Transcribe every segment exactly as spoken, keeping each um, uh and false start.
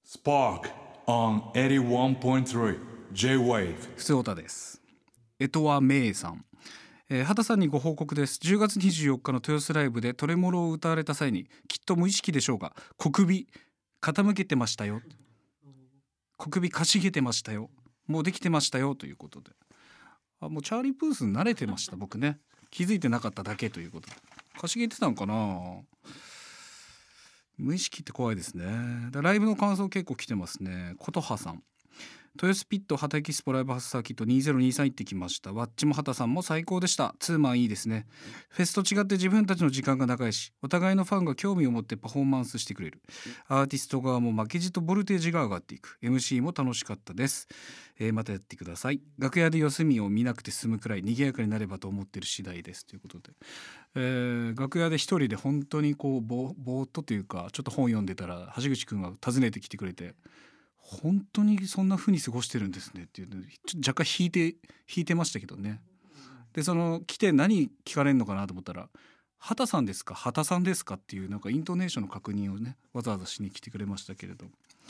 Spark on エイティワンポイントスリー J-Wave。 ふつおたです。エトワメイさん、えー、畑さんにご報告です。じゅうがつにじゅうよっかの豊洲ライブでトレモロを歌われた際に、きっと無意識でしょうが小首傾けてましたよ、小首かしげてましたよ、もうできてましたよということで、あ、もうチャーリープースに慣れてました。僕ね、気づいてなかっただけということで、かしげてたんかな。無意識って怖いですね。だライブの感想結構来てますね。ことはさん、豊洲ピット畑エキスポライブハウスサーキットにせんにじゅうさん行ってきました。ワッチも畑さんも最高でした。ツーマンいいですね。フェスと違って自分たちの時間が長いし、お互いのファンが興味を持ってパフォーマンスしてくれる。アーティスト側も負けじとボルテージが上がっていく。 エムシー も楽しかったです、えー、またやってください。楽屋で四隅を見なくて済むくらい賑やかになればと思ってる次第ですということで、えー、楽屋で一人で本当にこう ぼ, ぼーっとというかちょっと本読んでたら橋口くんが訪ねてきてくれて、本当にそんな風に過ごしてるんですねっていう、ちょっと若干引いて引いてましたけどね。でその来て何聞かれるのかなと思ったら、畑さんですか畑さんですかっていうなんかイントネーションの確認をねわざわざしに来てくれましたけれど、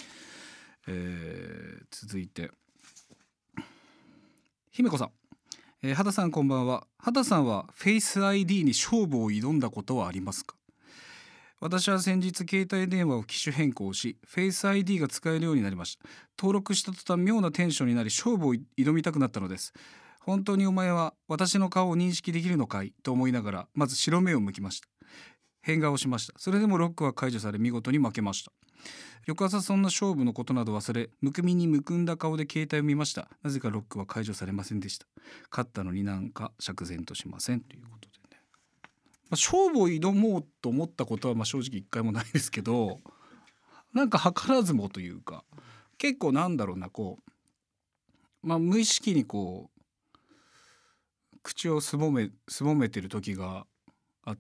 えー、続いて姫子さん、えー、畑さんこんばんは。畑さんはフェイス アイディー に勝負を挑んだことはありますか？私は先日携帯電話を機種変更し フェイス アイディー が使えるようになりました。登録した途端妙なテンションになり勝負を挑みたくなったのです。本当にお前は私の顔を認識できるのかいと思いながらまず白目を向きました。変顔をしました。それでもロックは解除され見事に負けました。翌朝そんな勝負のことなど忘れむくみにむくんだ顔で携帯を見ました。なぜかロックは解除されませんでした。勝ったのになんか釈然としませんということで、まあ、勝負を挑もうと思ったことはまあ正直一回もないですけど、なんか図らずもというか、結構なんだろうな、こう、まあ、無意識にこう口をすぼめすぼめてる時があって、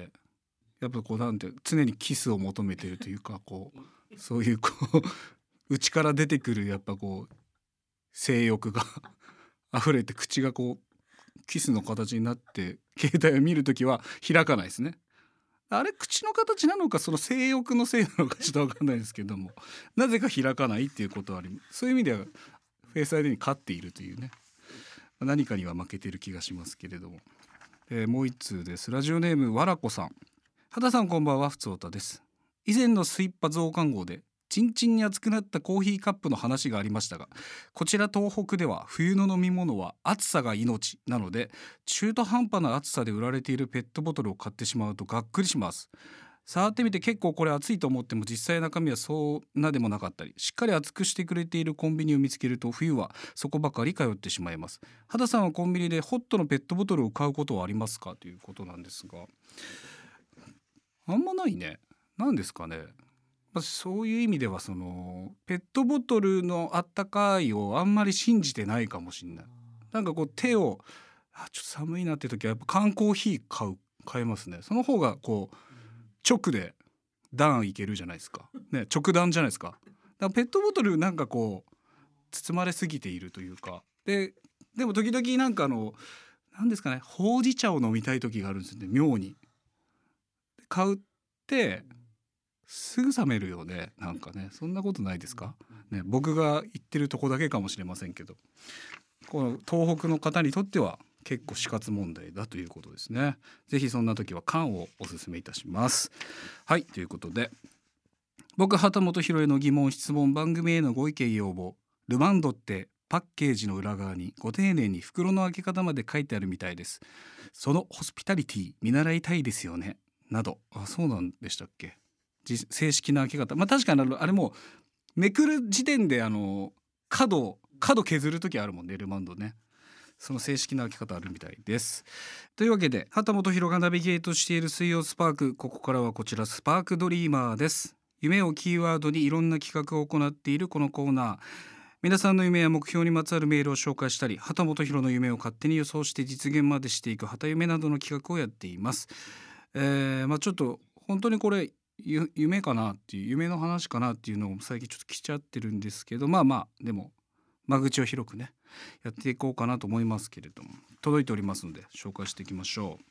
やっぱこうなんて常にキスを求めてるというか、こうそういうこう内から出てくるやっぱこう性欲が溢れて口がこうキスの形になって携帯を見るときは開かないですね。あれ口の形なのかその性欲のせいなのかちょっと分かんないですけども、なぜか開かないっていうことはあり、そういう意味ではフェイス アイディー に勝っているというね、何かには負けてる気がしますけれども、えー、もう一通です。ラジオネームわらこさん、畑さんこんばんは。ふつおたです。以前のスイッパ増刊号でチンチンに熱くなったコーヒーカップの話がありましたが、こちら東北では冬の飲み物は暑さが命なので、中途半端な暑さで売られているペットボトルを買ってしまうとがっくりします。触ってみて結構これ熱いと思っても実際中身はそんなでもなかったり、しっかり熱くしてくれているコンビニを見つけると冬はそこばかり通ってしまいます。畑さんはコンビニでホットのペットボトルを買うことはありますかということなんですが、あんまないね。なんですかね。そういう意味ではそのペットボトルのあったかいをあんまり信じてないかもしれない。なんかこう手をあちょっと寒いなって時はやっぱ缶コーヒー買う買いますね。その方がこう直で暖いけるじゃないですか、ね、直暖じゃないですか。だからペットボトルなんかこう包まれすぎているというかで、でも時々なんかあのなんですかね、ほうじ茶を飲みたい時があるんですよね、妙に。買うってすぐ冷めるよね、なんかね。そんなことないですか、ね、僕が言ってるとこだけかもしれませんけど、この東北の方にとっては結構死活問題だということですね。ぜひそんな時は缶をおすすめいたします。はい、ということで僕畑本博への疑問質問番組へのご意見要望、ルマンドってパッケージの裏側にご丁寧に袋の開け方まで書いてあるみたいです。そのホスピタリティ見習いたいですよねなど。あ、そうなんでしたっけ、正式な開け方。まあ確かにあれもめくる時点であの角角削る時あるもんね、ルマンドね。その正式な開け方あるみたいです。というわけで畑本博がナビゲートしている水曜スパーク、ここからはこちらスパークドリーマーです。夢をキーワードにいろんな企画を行っているこのコーナー、皆さんの夢や目標にまつわるメールを紹介したり、畑本博の夢を勝手に予想して実現までしていく畑夢などの企画をやっています。えーまあ、ちょっと本当にこれ夢かなっていう夢の話かなっていうのを最近ちょっと来ちゃってるんですけど、まあまあでも間口を広くねやっていこうかなと思いますけれども、届いておりますので紹介していきましょ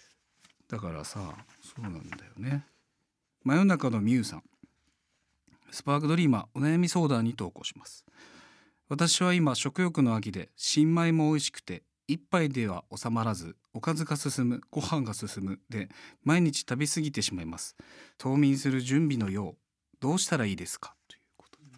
う。だからさ、そうなんだよね。真夜中のミュウさん、 スパークドリーマーお悩み相談に投稿します。私は今食欲の秋で新米も美味しくて一杯では収まらずおかずが進むご飯が進むで毎日食べ過ぎてしまいます。冬眠する準備のようどうしたらいいですかということで、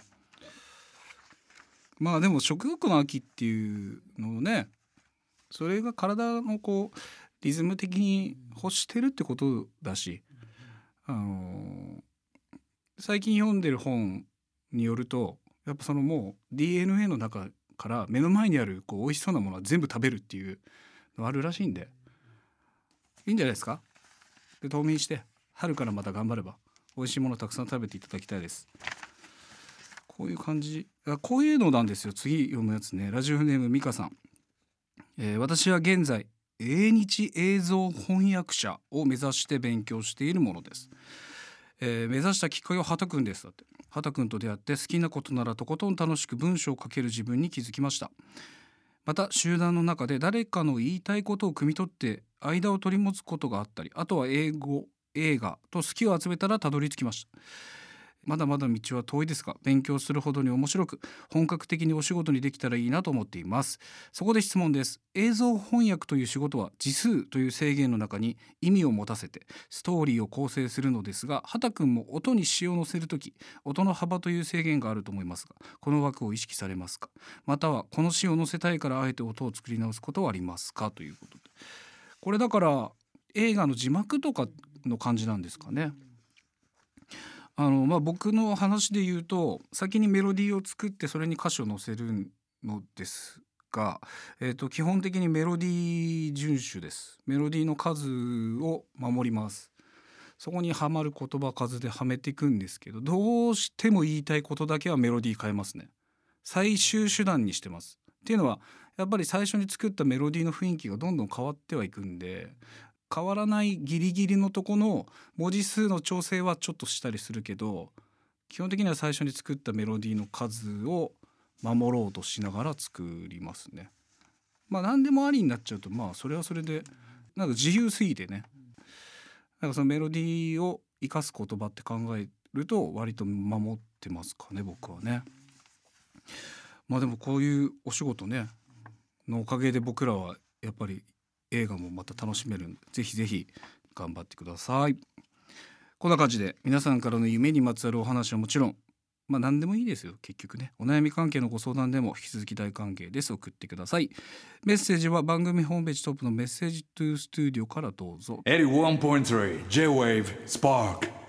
まあでも食欲の秋っていうのをね、それが体のこうリズム的に欲してるってことだし、あのー最近読んでる本によるとやっぱそのもう ディーエヌエー の中から目の前にあるこう美味しそうなものは全部食べるっていうのあるらしいんで、いいんじゃないですか。で冬眠して春からまた頑張れば美味しいものたくさん食べていただきたいです。こういう感じ、あこういうのなんですよ。次読むやつね。ラジオネームミカさん、えー私は現在英日映像翻訳者を目指して勉強しているものです。えー目指したきっかけは畑くんです。だって畑くんと出会って好きなことならとことん楽しく文章を書ける自分に気づきました。また集団の中で誰かの言いたいことを汲み取って間を取り持つことがあったり、あとは英語映画と好きを集めたらたどり着きました。まだまだ道は遠いですが勉強するほどに面白く本格的にお仕事にできたらいいなと思っています。そこで質問です。映像翻訳という仕事は字数という制限の中に意味を持たせてストーリーを構成するのですが、畑くんも音に詩を乗せるとき音の幅という制限があると思いますが、この枠を意識されますか。またはこの詩を乗せたいからあえて音を作り直すことはありますか、ということで、これだから映画の字幕とかの感じなんですかね。あのまあ、僕の話で言うと先にメロディーを作ってそれに歌詞を載せるのですが、えー、と基本的にメロディー遵守です。メロディーの数を守ります。そこにはまる言葉数ではめていくんですけど、どうしても言いたいことだけはメロディー変えますね。最終手段にしてます。っていうのはやっぱり最初に作ったメロディーの雰囲気がどんどん変わってはいくんで、変わらないギリギリのとこの文字数の調整はちょっとしたりするけど、基本的には最初に作ったメロディーの数を守ろうとしながら作りますね。まあ何でもありになっちゃうとまあそれはそれでなんか自由すぎてね、なんかそのメロディーを生かす言葉って考えると割と守ってますかね、僕はね。まあでもこういうお仕事ねのおかげで僕らはやっぱり映画もまた楽しめるんで、ぜひぜひ頑張ってください。こんな感じで皆さんからの夢にまつわるお話はもちろん、まあ何でもいいですよ。結局ね、お悩み関係のご相談でも引き続き大歓迎です。送ってください。メッセージは番組ホームページトップのメッセージトゥースタジオからどうぞ。 エイティワンポイントスリー J-Wave Spark